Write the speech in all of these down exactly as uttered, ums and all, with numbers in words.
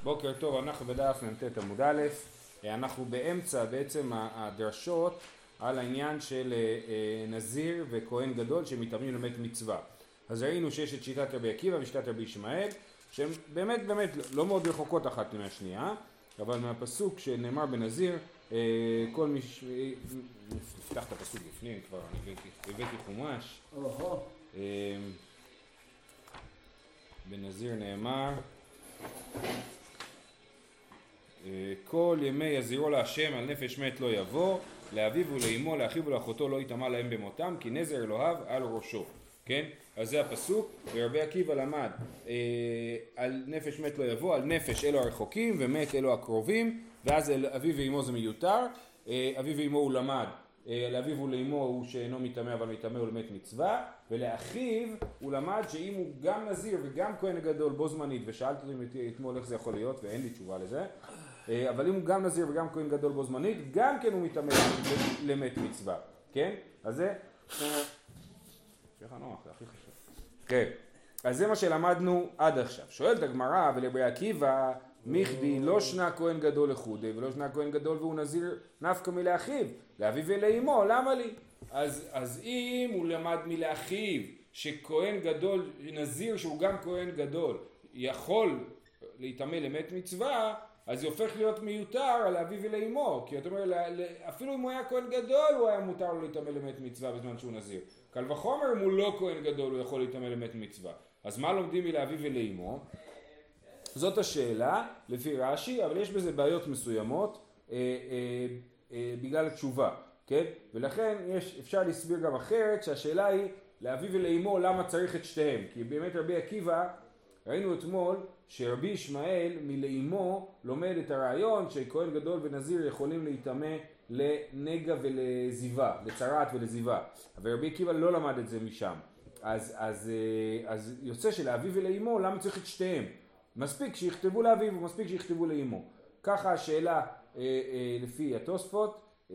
בוקר טוב, אנחנו בדף מ"ט עמוד א', אנחנו באמצע בעצם הדרשות על העניין של נזיר וכהן גדול שמתאמנים למת מצווה. אז ראינו שיש את שיטת רבי עקיבא ושיטת רבי ישמעאל, שהן באמת באמת לא מאוד רחוקות אחת מהשנייה, אבל מהפסוק שנאמר בנזיר, כל מי ש... נפתח את הפסוק לפני, כבר אני הבאתי חומש. בנזיר נאמר, כל ימי יזירו להשם על נפש מת לא יבוא, לאביו ולאמו, לאחיו ולאחותו לא יטמא להם במותם, כי נזר אלוהיו על ראשו. כן? אז זה הפסוק, ורבי עקיבא למד אה, על נפש מת לא יבוא, על נפש אלו הרחוקים ומת אלו הקרובים, ואז אל אביו ואמו זה מיותר. אה, אביו ואמו הוא למד, אה, לאביו ולאמו הוא שאינו מתאמה אבל מתאמה הוא למת מצווה, ולאחיו הוא למד שאם הוא גם נזיר וגם כהן גדול בו זמנית, ושאלתי אותי אתמול איך זה יכול להיות ואין לי תשובה לזה, אה, אבל אם הוא גם נזיר וגם כהן גדול בו זמנית, גם כן הוא מתאמה למת מצווה. כן? אז זה... נוח, זה הכי חשוב. כן, אז זה מה שלמדנו עד עכשיו. שואלת הגמרא, ולרבי עקיבא, מיכדי לא שנה כהן גדול לחודי, ולא שנה כהן גדול והוא נזיר נפקא מלאחיו, לאביו ולאמו, למה לי? אז, אז אם הוא למד מלאחיו, שכהן גדול, נזיר שהוא גם כהן גדול, יכול להתאמה למת מצווה, אז זה הופך להיות מיותר על אביו ולאמו, כי אתה אומר, אפילו אם הוא היה כהן גדול, הוא היה מותר לו להתאמה למת מצווה בזמן שהוא נזיר. קל וחומר אם הוא לא כהן גדול, הוא יכול להתאמה למת מצווה. אז מה לומדים מלאביו ולאמו? זאת השאלה, לפי רש"י, אבל יש בזה בעיות מסוימות אה, אה, אה, בגלל התשובה, כן? ולכן יש, אפשר להסביר גם אחרת, שהשאלה היא, לאביו ולאמו, למה צריך את שתיהם? כי באמת רבי עקיבא, ראינו אתמול, שרבי ישמעאל מלאמו לומד את הרעיון שכהן גדול ונזיר יכולים להתאמה לנגע ולזיבה, לצרעת ולזיבה. אבל רבי עקיבא לא למד את זה משם. אז, אז, אז יוצא שלאביו ולאמו, למה צריך את שתיהם? מספיק שיכתבו לאביו ומספיק שיכתבו לאמו. ככה השאלה אה, אה, לפי התוספות, אה,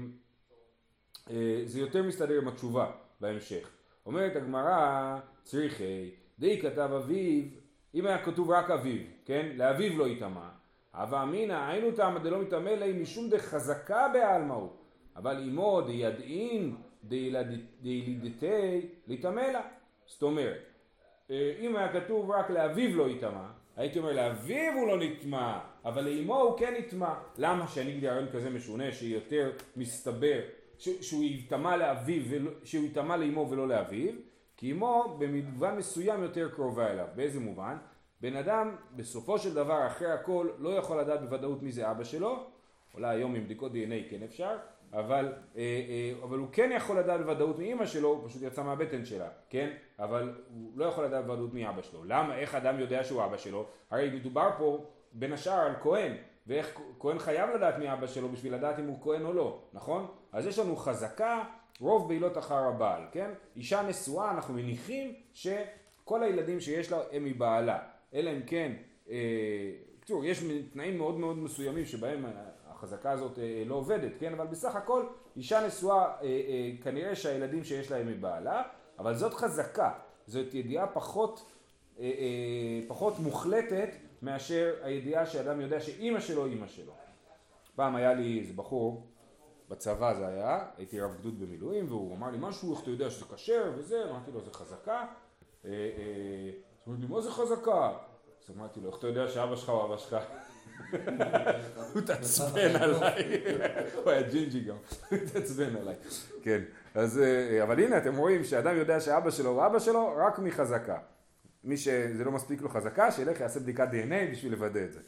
אה, זה יותר מסתדר עם התשובה בהמשך. אומרת הגמרא, צריכי, די כתב אביו, אם היה כתוב רק אביו, כן? לאביו לא יטמא. הווה אמינא, היינו טעמא דלא מתאמא ליה משום דחזקה בעלמא הוא. אבל אמו דידעין דלידתי ליטמא לה. זאת אומרת, אם היה כתוב רק לאביו לא יטמא, הייתי אומר לאביו הוא לא נטמא, אבל לאמו הוא כן נטמא. למה שאני אגיד הרעיון כזה משונה שיותר מסתבר שהוא יטמא לאביו, שהוא יטמא לאמו ולא לאביו? כי אמו במובן מסוים יותר קרובה אליו. באיזה מובן? בן אדם בסופו של דבר אחרי הכל לא יכול לדעת בוודאות מי זה אבא שלו, אולי היום עם בדיקות די אן איי כן אפשר, אבל, אה, אה, אבל הוא כן יכול לדעת בוודאות מאמא שלו, הוא פשוט יצא מהבטן שלה, כן? אבל הוא לא יכול לדעת בוודאות מי אבא שלו. למה? איך אדם יודע שהוא אבא שלו? הרי מדובר פה בין השאר על כהן, ואיך כהן חייב לדעת מי אבא שלו בשביל לדעת אם הוא כהן או לא, נכון? אז יש לנו חזקה, רוב בעילות אחר הבעל, כן? אישה נשואה, אנחנו מניחים שכל הילדים שיש לה הם מבעלה. אלא אם כן, אה, תראו, יש תנאים מאוד מאוד מסוימים שבהם החזקה הזאת אה, לא עובדת, כן? אבל בסך הכל, אישה נשואה, אה, אה, כנראה שהילדים שיש להם מבעלה, אבל זאת חזקה, זאת ידיעה פחות, אה, אה, פחות מוחלטת מאשר הידיעה שאדם יודע שאימא שלו אימא שלו. פעם היה לי איזה בחור, בצבא זה היה, הייתי רב גדוד במילואים, והוא אמר לי משהו, איך אתה יודע שזה כשר וזה, אמרתי לו, זה חזקה. אה, אה, זאת אומרת לי, מה זה חזקה? אז אמרתי לו, איך אתה יודע שאבא שלך הוא אבא שלך? הוא תעצבן עליי. הוא היה ג'ינג'י גם. הוא תעצבן עליי. כן. אז, אבל הנה, אתם רואים שאדם יודע שאבא שלו הוא אבא שלו רק מחזקה. מי שזה לא מספיק לו חזקה, שילך יעשה בדיקת די אן איי בשביל לוודא את זה.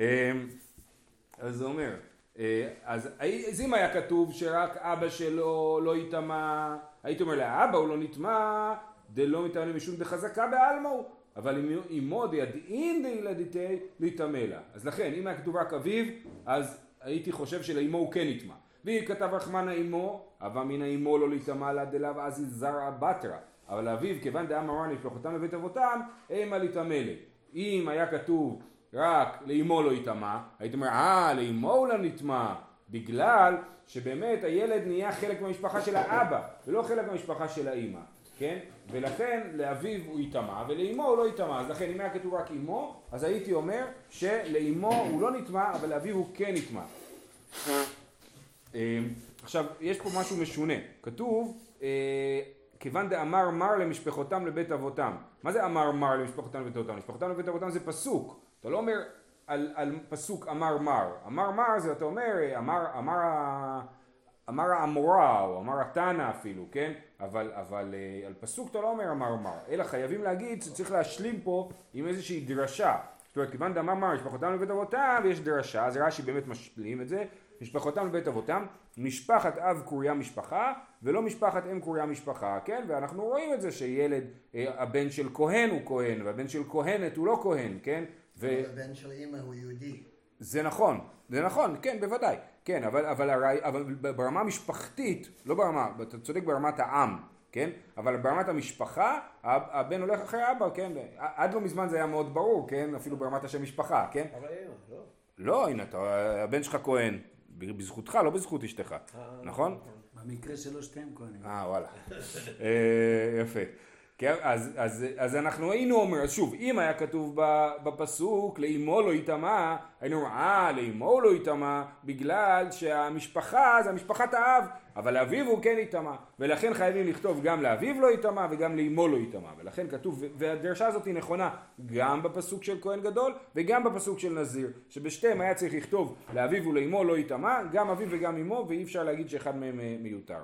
אז זה אומר, אז, אז אם היה כתוב שרק אבא שלו לא יטמא, הייתי אומר לה, אבא הוא לא נטמא, דלא מתאמא משום דחזקה בעלמא הוא. אבל אם אמו דידעין דילדיתי ליטמא לה. אז לכן, אם היה כתוב רק אביו, אז הייתי חושב שלאמו הוא כן נטמא. והיא כתב רחמנא אמו, הווה אמינא אמו לא ליטמא לה דלאו אז זרע בתרא. אבל אביו, כיוון דאמר נשלחותם לבית אבותם, אימא ליטמא לה. אם היה כתוב רק לאמו לא יטמא, הייתי אומר, אה, לאמו הוא לא נטמא, בגלל שבאמת הילד נהיה חלק מהמשפחה של האבא, ולא חלק מהמשפחה של האמא. כן? ולכן לאביו הוא יטמע ולאמו הוא לא יטמע. אז לכן אם היה כתוב רק אמו, אז הייתי אומר שלאמו הוא לא נטמע, אבל לאביו הוא כן נטמע. עכשיו, יש פה משהו משונה. כתוב, כיוון דאמר מר למשפחותם לבית אבותם. מה זה אמר מר למשפחותם לבית אבותם? משפחותם לבית אבותם זה פסוק. אתה לא אומר על, על פסוק אמר מר. אמר מר זה אתה אומר, אמר, אמר, אמר האמורה או אמר התנא אפילו, כן? אבל, אבל על פסוק אתה לא אומר אמר מר. אלא חייבים להגיד שצריך להשלים פה עם איזושהי דרשה. זאת אומרת, כיוון דאמר מר משפחותם לבית אבותם ויש דרשה, אז רש"י באמת משלים את זה. משפחותם לבית אבותם, משפחת אב קוריה משפחה ולא משפחת אם קוריה משפחה, כן? ואנחנו רואים את זה שילד, הבן של כהן הוא כהן והבן של כהנת הוא לא כהן, כן? ו... הבן של אמא הוא יהודי. זה נכון, זה נכון, כן, בוודאי, כן, אבל, אבל, הרי, אבל ברמה משפחתית, לא ברמה, אתה צודק ברמת העם, כן? אבל ברמת המשפחה, הבן הולך אחרי אבא, כן? עד לא מזמן זה היה מאוד ברור, כן? אפילו ברמת השם משפחה, כן? אבל אמא, לא. לא, הנה, אתה, הבן שלך כהן. בזכותך, לא בזכות אשתך, נכון? במקרה שלו שתיהם כהנים. אה, וואלה. יפה. אז, אז, אז אנחנו היינו אומר, אז שוב, אם היה כתוב בפסוק, לאמו לא יטמע, היינו אומר, אה, לאמו לא יטמע, בגלל שהמשפחה זה המשפחת האב, אבל לאביו הוא כן יטמע, ולכן חייבים לכתוב גם לאביו לא יטמע וגם לאמו לא יטמע, ולכן כתוב, והדרשה הזאת היא נכונה גם בפסוק של כהן גדול וגם בפסוק של נזיר, שבשתיהם היה צריך לכתוב לאביו ולאמו לא יטמע, גם אביו וגם אמו, ואי אפשר להגיד שאחד מהם מיותר.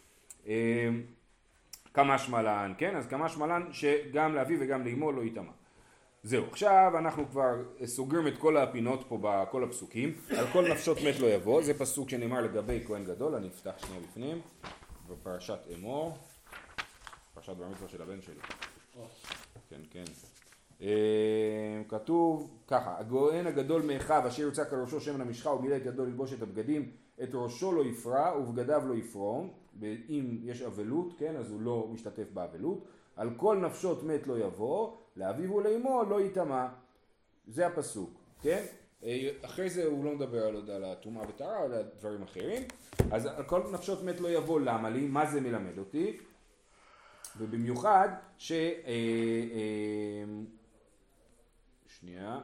כמה שמלן, כן? אז כמה שמלן שגם לאביו וגם לאמו לא יטמע. זהו, עכשיו אנחנו כבר סוגרים את כל הפינות פה בכל הפסוקים. על כל נפשות מת לא יבוא, זה פסוק שנאמר לגבי כהן גדול, אני אפתח שנייה בפנים, בפרשת אמור, פרשת בר מצווה של הבן שלי. כן, כן. כתוב ככה, הכהן הגדול מאחיו אשר יוצק על ראשו שמן המשחה ומילא את ידו ללבוש את הבגדים, את ראשו לא יפרע ובגדיו לא יפרום, אם יש אבלות, כן, אז הוא לא משתתף באבלות. על כל נפשות מת לא יבוא, לאביו ולאמו לא יטמע. זה הפסוק, כן? אחרי זה הוא לא מדבר על, על הטומאה וטהרה, על דברים אחרים. אז על כל נפשות מת לא יבוא, למה לי? מה זה מלמד אותי? ובמיוחד ש... שנייה.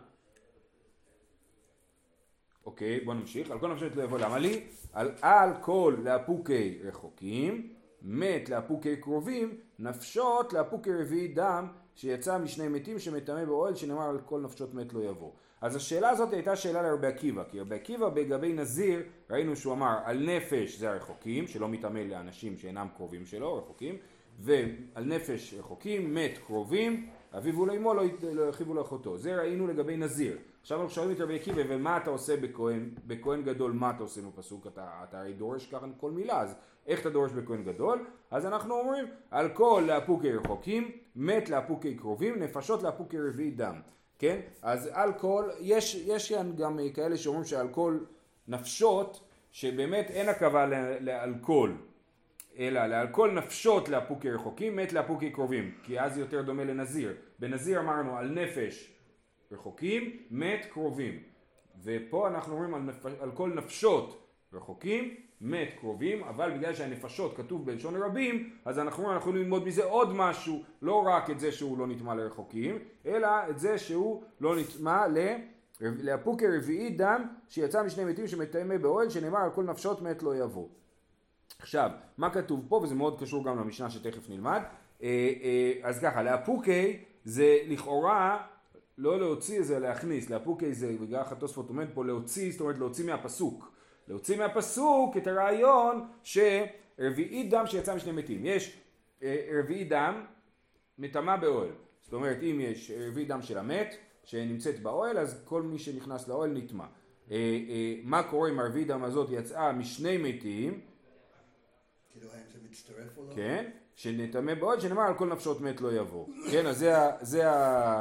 אוקיי, בוא נמשיך. על כל נפשות לא יבוא, למה לי? על, על כל לאפוקי רחוקים, מת לאפוקי קרובים, נפשות לאפוקי רביעי דם, שיצא משני מתים שמטמא באוהל, שנאמר על כל נפשות מת לא יבוא. אז השאלה הזאת הייתה שאלה לרבי עקיבא, כי רבי עקיבא בגבי נזיר, ראינו שהוא אמר על נפש זה הרחוקים, שלא מטמא לאנשים שאינם קרובים שלו, רחוקים, ועל נפש רחוקים, מת קרובים, אביו ולאמו לא ירחיבו לאחותו. זה ראינו לגבי נזיר. עכשיו אנחנו שואלים את רבי עקיבא, ומה אתה עושה בכהן, בכהן גדול, מה אתה עושה בפסוק? אתה, אתה הרי דורש ככה כל מילה, אז איך אתה דורש בכהן גדול? אז אנחנו אומרים, על כל לאפוקי רחוקים, מת לאפוקי קרובים, נפשות לאפוקי רביעי דם. כן? אז על כל, יש, יש גם כאלה שאומרים שעל כל נפשות, שבאמת אין הקווה לעל כל, אלא לעל כל נפשות לאפוקי רחוקים, מת לאפוקי קרובים, כי אז זה יותר דומה לנזיר. בנזיר אמרנו על נפש רחוקים, מת קרובים. ופה אנחנו אומרים על, נפ... על כל נפשות רחוקים, מת קרובים, אבל בגלל שהנפשות כתוב בלשון רבים, אז אנחנו אומרים, אנחנו יכולים ללמוד מזה עוד משהו, לא רק את זה שהוא לא נטמע לרחוקים, אלא את זה שהוא לא נטמע לאפוקי רביעי דם, שיצא משני מתים שמטמא באוהל, שנאמר על כל נפשות מת לא יבוא. עכשיו, מה כתוב פה, וזה מאוד קשור גם למשנה שתכף נלמד, אז ככה, לאפוקי זה לכאורה לא להוציא, זה להכניס, לאפוקי זה בגלל התוספות עומד פה להוציא, זאת אומרת להוציא מהפסוק, להוציא מהפסוק את הרעיון שרביעי דם שיצא משני מתים. יש רביעי דם מטמא באוהל, זאת אומרת אם יש רביעי דם של המת שנמצאת באוהל, אז כל מי שנכנס לאוהל נטמא. מה קורה אם הרביעי דם הזאת יצאה משני מתים? כאילו האם זה מצטרף או לא? כן, שנטמא באוהל, שנאמר על כל נפשות מת לא יבוא. כן, אז זה ה... זה ה...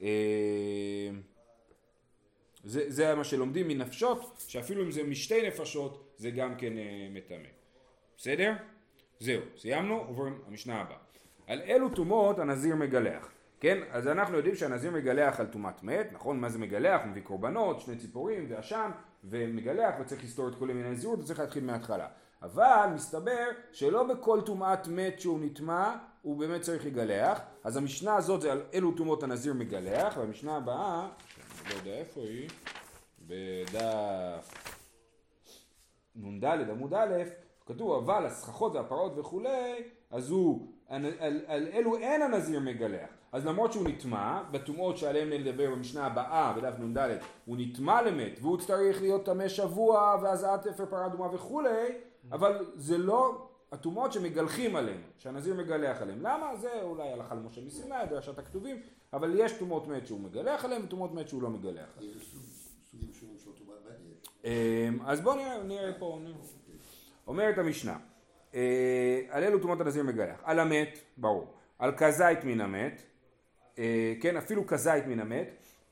זה, זה מה שלומדים מנפשות, שאפילו אם זה משתי נפשות, זה גם כן מטמא. בסדר? זהו, סיימנו, עוברים המשנה הבאה. על אילו טומאות הנזיר מגלח. כן, אז אנחנו יודעים שהנזיר מגלח על טומאת מת, נכון? מה זה מגלח? מביא קורבנות, שני ציפורים ואשם, ומגלח, וצריך לסתור את כל ימי הנזירות, וצריך להתחיל מההתחלה. אבל מסתבר שלא בכל טומאת מת שהוא נטמע הוא באמת צריך לגלח. אז המשנה הזאת זה על אילו טומאות הנזיר מגלח, והמשנה הבאה, אני לא יודע איפה היא, בדף נ"ד עמוד א', כתוב אבל הסככות והפרות וכולי, אז הוא, על, על, על אלו אין הנזיר מגלח. אז למרות שהוא נטמע, בטומאות שעליהם נדבר במשנה הבאה, בדף נ"ד, הוא נטמע למת, והוא צריך להיות טמא שבוע, והזעת אפר פרה אדומה וכולי, אבל זה לא הטומאות שמגלחים עליהם, שהנזיר מגלח עליהם. למה? זה אולי הלכה למשה מסיני, דרשת הכתובים, אבל יש טומאות מת שהוא מגלח עליהם, וטומאות מת שהוא לא מגלח עליהם. יש סוגים שונים של טומאת מת. אז בואו נראה, נראה פה, אומרת המשנה, על אלו טומאות הנזיר מגלח, על המת, ברור, על כזית מן המת, כן, אפילו כזית מן המת,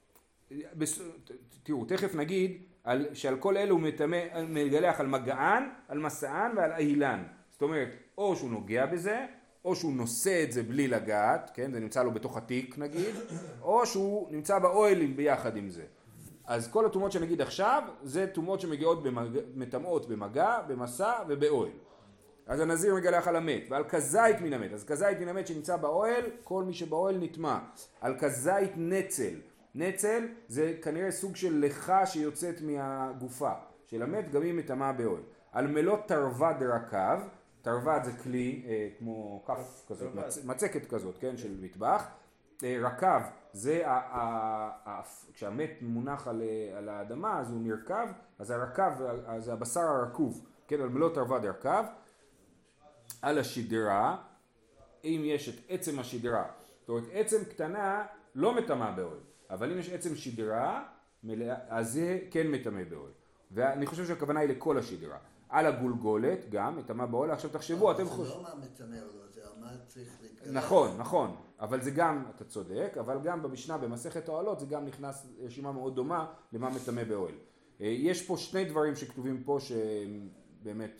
תראו, תכף נגיד על, שעל כל אלו הוא מגלח על מגען, על מסען ועל אילן, זאת אומרת, או שהוא נוגע בזה, או שהוא נושא את זה בלי לגעת, כן, זה נמצא לו בתוך התיק נגיד, או שהוא נמצא באוהלים ביחד עם זה. אז כל הטומאות שנגיד עכשיו, זה טומאות שמגיעות מטמאות במגע, במסע ובאוהל. אז הנזיר מגלח על המת, ועל כזית מן המת. אז כזית מן המת שנמצא באוהל, כל מי שבאוהל נטמע. על כזית נצל. נצל זה כנראה סוג של לחה שיוצאת מהגופה. של המת גם היא מטמאה באוהל. על מלוא תרווד רקב, תרווד זה כלי אה, כמו כף כזאת, מצ, מצקת כזאת, כן, של מטבח. אה, רקב זה, ה, ה, ה, כשהמת מונח על, על האדמה, אז הוא נרכב, אז הרקב זה הבשר הרקוב, כן, על מלוא תרווד רקב. על השדרה, אם יש את עצם השדרה, זאת אומרת עצם קטנה לא מטמא באוהל, אבל אם יש עצם שדרה, אז זה כן מטמא באוהל. ואני חושב שהכוונה היא לכל השדרה. על הגולגולת גם, מטמא באוהל, עכשיו תחשבו, אתם חושבים... זה לא מה מטמא או לא, זה מה צריך להתגלח. נכון, נכון, אבל זה גם, אתה צודק, אבל גם במשנה, במסכת אוהלות, זה גם נכנס רשימה מאוד דומה למה מטמא באוהל. יש פה שני דברים שכתובים פה שבאמת...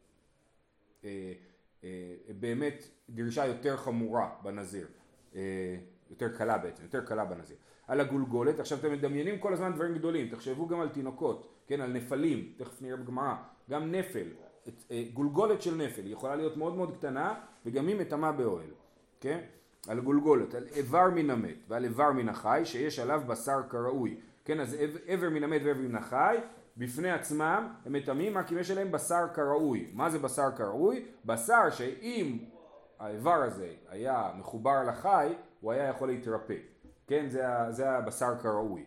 באמת דרישה יותר חמורה בנזיר, יותר קלה בעצם, יותר קלה בנזיר. על הגולגולת, עכשיו אתם מדמיינים כל הזמן דברים גדולים, תחשבו גם על תינוקות, כן, על נפלים, תכף נראה בגמרא, גם נפל, גולגולת של נפל, היא יכולה להיות מאוד מאוד קטנה וגם היא מטמאה באוהל, כן? על גולגולת, על איבר מן המת ועל איבר מן החי שיש עליו בשר כראוי, כן, אז איבר מן המת ואיבר מן החי בפני עצמם הם מטמאים רק אם יש עליהם בשר כראוי. מה זה בשר כראוי? בשר שאם האיבר הזה היה מחובר לחי, הוא היה יכול להתרפא. כן, זה, זה הבשר כראוי.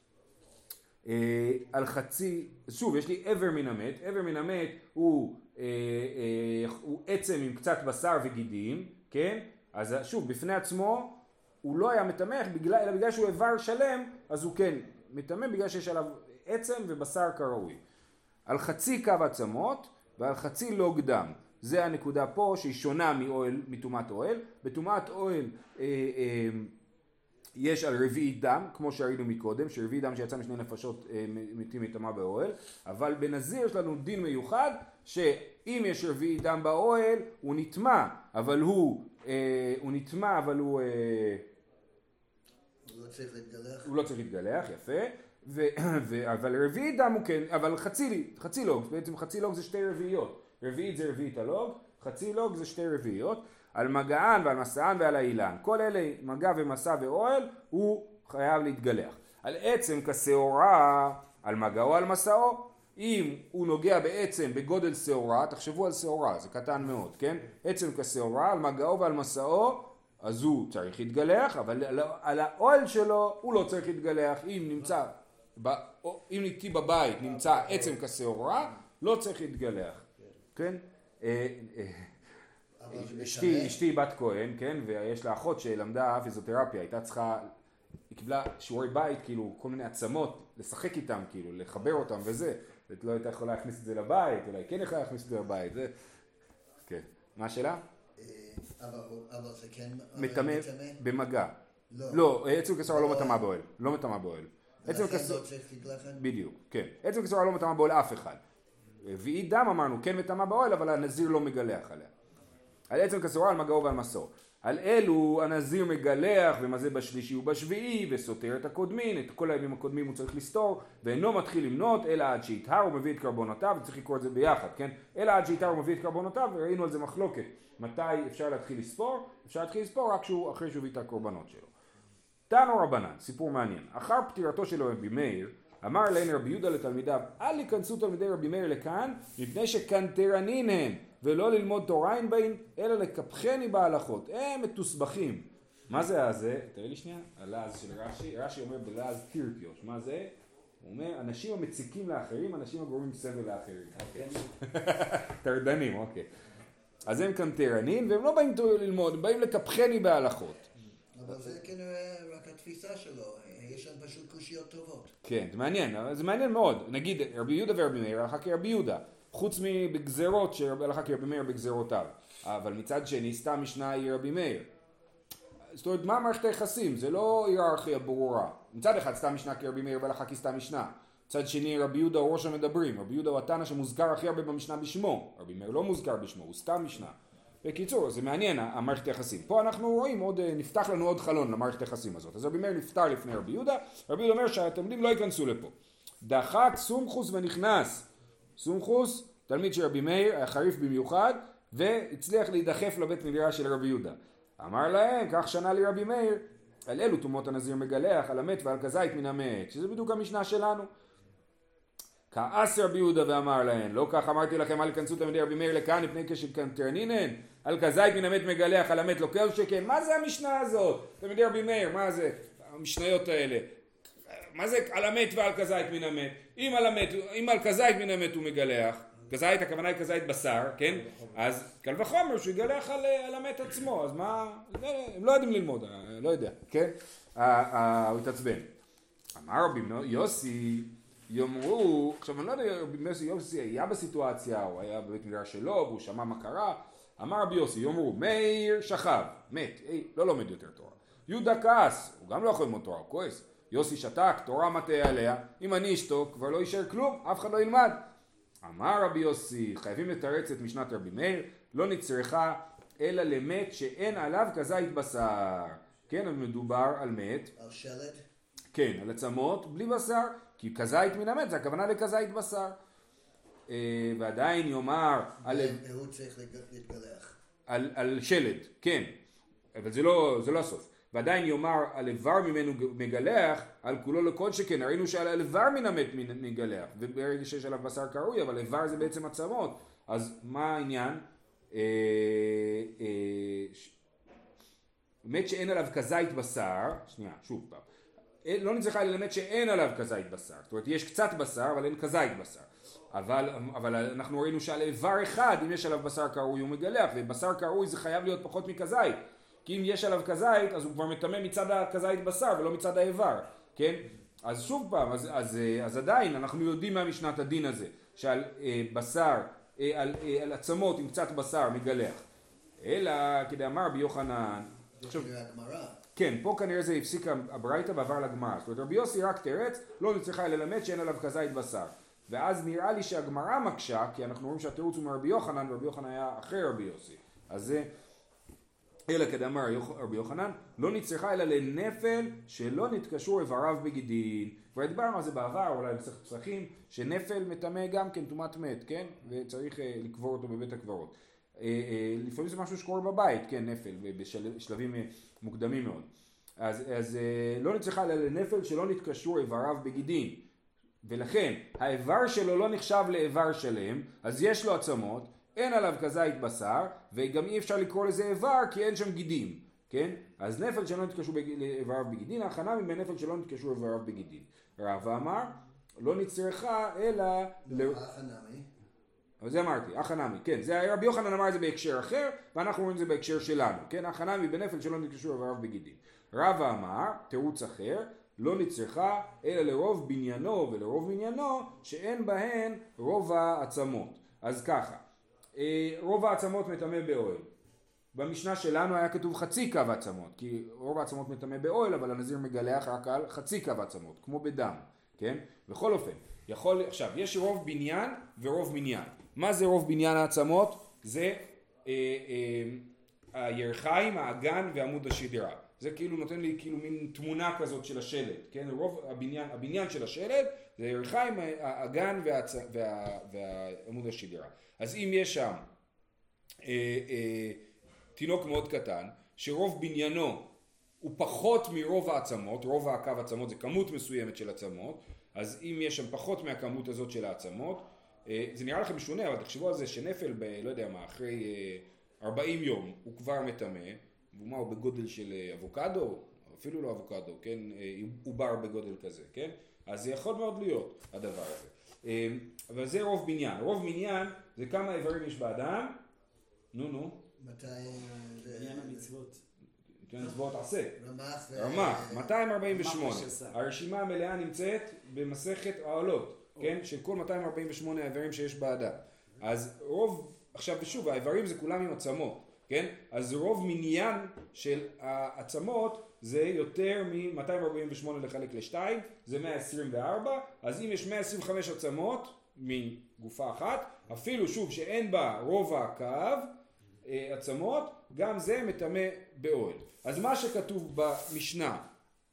אה, על חצי, שוב, יש לי עבר מן המת. עבר מן המת הוא, אה, אה, הוא עצם עם קצת בשר וגידים, כן? אז שוב, בפני עצמו הוא לא היה מטמא, בגלל, אלא בגלל שהוא איבר שלם, אז הוא כן מטמא בגלל שיש עליו עצם ובשר כראוי. על חצי קו עצמות ועל חצי לוג דם. זה הנקודה פה שהיא שונה מאוהל, מטומאת אוהל. בטומאת אוהל אה, אה, יש על רביעי דם, כמו שראינו מקודם, שרביעי דם שיצא משני נפשות אה, מתים מטמא באוהל. אבל בנזיר יש לנו דין מיוחד, שאם יש רביעי דם באוהל, הוא נטמא, אבל הוא, אה, הוא נטמא, אבל הוא... אה, הוא לא צריך להתגלח. הוא לא צריך להתגלח, יפה. ו, ו, אבל רביעית דם הוא כן, אבל חצי, חצי לוג, בעצם חצי לוג זה שתי רביעיות, רביעית זה רביעית הלוג, חצי לוג זה שתי רביעיות, על מגען ועל מסען ועל האילן, כל אלה מגע ומסע ואוהל הוא חייב להתגלח. על עצם כשעורה, על מגעו על מסעו, אם הוא נוגע בעצם בגודל שעורה, תחשבו על שעורה, זה קטן מאוד, כן? עצם כשעורה, על מגעו ועל מסעו, אז הוא צריך להתגלח, אבל על, על האוהל שלו הוא לא צריך להתגלח, אם נמצא... אם איתי בבית נמצא עצם כשעורה, לא צריך להתגלח, כן? אשתי בת כהן, כן? ויש לה אחות שלמדה פיזיותרפיה, הייתה צריכה, היא קיבלה שיעורי בית, כאילו כל מיני עצמות, לשחק איתם, כאילו, לחבר אותם וזה, את לא הייתה יכולה להכניס את זה לבית, אולי כן יכולה להכניס את זה לבית, זה... כן. מה השאלה? אבל זה כן... מטמא במגע. לא, עצם כשעורה לא מטמא באוהל, לא מטמא באוהל. ולכן לא צריך להתגלח? בדיוק, כן. עצם כשעורה לא מטמא באוהל אף אחד. רביעית דם אמרנו, כן מטמא באוהל, אבל הנזיר לא מגלח עליה. על עצם כסורה, על מגעו ועל מסור. על אלו הנזיר מגלח ומזה בשלישי ובשביעי וסותר את הקודמין, את כל הימים הקודמים הוא צריך לסתור, ואינו מתחיל למנות אלא עד שיטהר ומביא את קרבונותיו, וצריך לקרוא את זה ביחד, כן? אלא עד שיטהר ומביא את קרבונותיו, וראינו על זה מחלוקת. מתי אפשר להתחיל לספור? אפשר להתחיל לספור רק שהוא, אחרי שהוא הביא את הקורבנות שלו. תנו רבנן, סיפור מעניין. אחר פטירתו של רבי מאיר, אמר להם רבי יהודה לתלמידיו, אל ייכנסו תלמידי רבי מאיר לכאן, מפני שקנטרנין הן, ולא ללמוד תורה אין בהן, אלא לקפחני בהלכות. הם מתוסבכים. מה זה הזה? תראה לי שנייה, הלעז של רש"י. רש"י אומר בלעז טירפיוש. מה זה? הוא אומר, אנשים המציקים לאחרים, אנשים הגורמים סבל לאחרים. טרדנים, אוקיי. אז הם קנטרנין, והם לא באים ללמוד, הם באים לקפחני בהלכות. אבל זה כנראה רק התפיסה שלו, יש שם פשוט קושיות טובות. כן, זה מעניין, זה מעניין מאוד. נגיד, רבי יהודה ורבי מאיר הלכה כרבי יהודה, חוץ מבגזרות שהלכה כרבי מאיר בגזרותיו. אבל מצד שני, סתם משנה היא רבי מאיר. זאת אומרת, מה מערכת היחסים? זה לא היררכיה ברורה. מצד אחד, סתם משנה כרבי מאיר והלכה כסתם משנה. מצד שני, רבי יהודה הוא ראש המדברים. רבי יהודה הוא התנא שמוזכר הכי הרבה במשנה בשמו. רבי מאיר לא מוזכר בשמו, הוא סתם משנה. בקיצור, זה מעניין, המערכת היחסים. פה אנחנו רואים, עוד, נפתח לנו עוד חלון למערכת היחסים הזאת. אז רבי מאיר נפטר לפני רבי יהודה, רבי יהודה אומר שהתלמידים לא ייכנסו לפה. דחק סומכוס ונכנס. סומכוס, תלמיד של רבי מאיר, היה חריף במיוחד, והצליח להידחף לבית מדרש של רבי יהודה. אמר להם, כך שנה לי רבי מאיר, על אלו תומות הנזיר מגלח, על המת ועל כזית מן המת, שזה בדיוק המשנה שלנו. כעס רבי יהודה ואמר להם, לא כך אמרתי לכם, אל יכנסו תלמידי רבי מאיר לכאן, לפני כשקנטרנינן, על כזית מן המת מגלח, על המת לא כל שכן. מה זה המשנה הזאת? תלמידי רבי מאיר, מה זה המשניות האלה? מה זה על המת ועל כזית מן המת? אם על המת, אם על כזית מן המת הוא מגלח, כזית, הכוונה היא כזית בשר, כן? אז קל וחומר שהוא יגלח על, על המת עצמו, אז מה? הם לא יודעים ללמוד, לא יודע, כן? הוא התעצבן. אמר רבי יוסי, יאמרו, עכשיו אני לא יודע, רבי יוסי היה בסיטואציה, הוא היה בבית מדרש שלו, והוא שמע מה קרה, אמר רבי יוסי, יאמרו, מאיר שכב, מת, אי, לא לומד יותר תורה. יהודה כעס, הוא גם לא יכול ללמוד תורה, הוא כועס. יוסי שתק, תורה מטה עליה, אם אני אשתוק, כבר לא יישאר כלום, אף אחד לא ילמד. אמר רבי יוסי, חייבים לתרץ את משנת רבי מאיר, לא נצרכה אלא למת שאין עליו כזית בשר. כן, מדובר על מת. על שלד? כן, על עצמות, בלי בשר, כי כזית מן המת, זה הכוונה לכזית בשר. ועדיין יאמר... והוא צריך להתגלח. על, על שלד, כן, אבל זה לא, זה לא הסוף. ועדיין יאמר על איבר ממנו מגלח, על כולו לכל שכן, ראינו שעל איבר מן המת מגלח, וברגע שיש עליו בשר קרוי, אבל איבר זה בעצם עצמות, אז מה העניין? אה, אה, ש... מת שאין עליו כזית בשר, שנייה, שוב פעם, לא נצטרכה ללמד שאין עליו כזית בשר, זאת אומרת יש קצת בשר אבל אין כזית בשר, אבל, אבל אנחנו ראינו שעל איבר אחד אם יש עליו בשר קרוי הוא מגלח, ובשר קרוי זה חייב להיות פחות מכזית, כי אם יש עליו כזית אז הוא כבר מטמא מצד הכזית בשר ולא מצד האיבר, כן? אז שוב פעם, אז, אז, אז עדיין אנחנו יודעים מה משנת הדין הזה, שעל אה, בשר, אה, על, אה, על עצמות עם קצת בשר מגלח, אלא כדי אמר ביוחנן, עכשיו, זה הגמרא. כן, פה כנראה זה הפסיק הברייתא ועבר לגמרא. זאת אומרת, רבי יוסי רק תרץ, לא נצטרכה ללמד שאין עליו כזית בשר. ואז נראה לי שהגמרא מקשה, כי אנחנו רואים שהתירוץ הוא מרבי יוחנן, ורבי יוחנן היה אחרי רבי יוסי. אז זה, אלא כדאמר רבי יוחנן, לא נצטרכה אלא לנפל שלא נתקשרו איבריו בגידין. כבר דיברנו על זה בעבר, אולי בסך פסחים, שנפל מטמא גם כן טומאת מת, כן? וצריך לקבור אותו בבית הקברות. לפעמים זה משהו שקורה בבית, כן, נפל, בשלבים מוקדמים מאוד. אז, אז לא נצטרכה לנפל שלא נתקשרו איבריו בגידין. ולכן, האיבר שלו לא נחשב לאיבר שלם, אז יש לו עצמות, אין עליו כזית בשר, וגם אי אפשר לקרוא לזה איבר כי אין שם גידים, כן? אז נפל שלא נתקשרו איבריו בגידין, ההכנה מבין נפל שלא נתקשרו איבריו בגידין. רב אמר, לא נצטרכה אלא... ההכנמי. אבל זה אמרתי, החנמי, כן, זה רבי יוחנן אמר את זה בהקשר אחר, ואנחנו רואים את זה בהקשר שלנו, כן, החנמי בנפל שלא נתקשרו איבריו בגידין. רב אמר, תירוץ אחר, לא נצטרכה אלא לרוב בניינו ולרוב בניינו שאין בהן רוב העצמות. אז ככה, רוב העצמות מטמא באוהל. במשנה שלנו היה כתוב חצי קו עצמות, כי רוב העצמות מטמא באוהל, אבל הנזיר מגלח רק על חצי קו עצמות, כמו בדם, כן? בכל אופן, יכול, עכשיו, יש רוב בניין ורוב מניין. מה זה רוב בניין העצמות? זה הירכיים, האגן ועמוד השדרה. זה כאילו נותן לי כאילו מין תמונה כזאת של השלד, כן? רוב הבניין, הבניין של השלד זה הירכיים, האגן והצ... וה... ועמוד השדרה. אז אם יש שם אה, אה, תינוק מאוד קטן, שרוב בניינו הוא פחות מרוב העצמות, רוב הקו עצמות זה כמות מסוימת של עצמות, אז אם יש שם פחות מהכמות הזאת של העצמות, אה, זה נראה לכם משונה, אבל תחשבו על זה שנפל ב... לא יודע מה, אחרי אה, ארבעים יום הוא כבר מטמא, ומה הוא בגודל של אבוקדו, אפילו לא אבוקדו, כן, עובר בגודל כזה, כן, אז זה יכול מאוד להיות הדבר הזה. אבל זה רוב בניין, רוב בניין זה כמה איברים יש באדם, נו נו. מתי בניין המצוות. בניין המצוות עשה. רמ"ח. רמ"ח, מאתיים ארבעים ושמונה. הרשימה המלאה נמצאת במסכת העולות, כן, של כל מאתיים ארבעים ושמונה האיברים שיש באדם. אז רוב, עכשיו ושוב, האיברים זה כולם עם עצמות. כן? אז רוב מניין של העצמות זה יותר מ-מאתיים ארבעים ושמונה לחלק לשתיים, זה מאה עשרים וארבע, אז אם יש מאה עשרים וחמש עצמות מגופה אחת, אפילו שוב שאין בה רוב הקו עצמות, גם זה מטמא באוהל. אז מה שכתוב במשנה,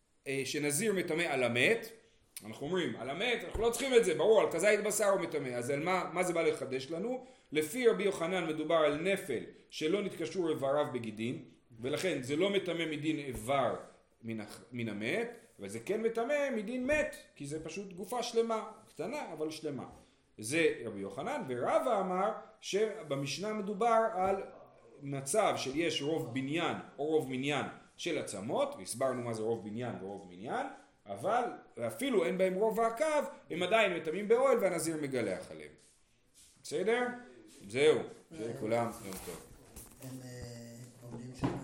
שנזיר מטמא על המת, אנחנו אומרים על המת, אנחנו לא צריכים את זה, ברור, על כזית בשר הוא מטמא, אז על מה, מה זה בא לחדש לנו? לפי רבי יוחנן מדובר על נפל שלא נתקשרו איבריו בגידין, ולכן זה לא מטמא מדין איבר מן, מן המת, אבל זה כן מטמא מדין מת, כי זה פשוט גופה שלמה, קטנה אבל שלמה. זה רבי יוחנן, ורבא אמר שבמשנה מדובר על מצב של יש רוב בניין או רוב מניין של עצמות, והסברנו מה זה רוב בניין ורוב מניין, אבל אפילו אין בהם רוב העקב, הם עדיין מטמאים באוהל והנזיר מגלח עליהם. בסדר? זהו, שיהיה כולם יום טוב. הם עומדים שם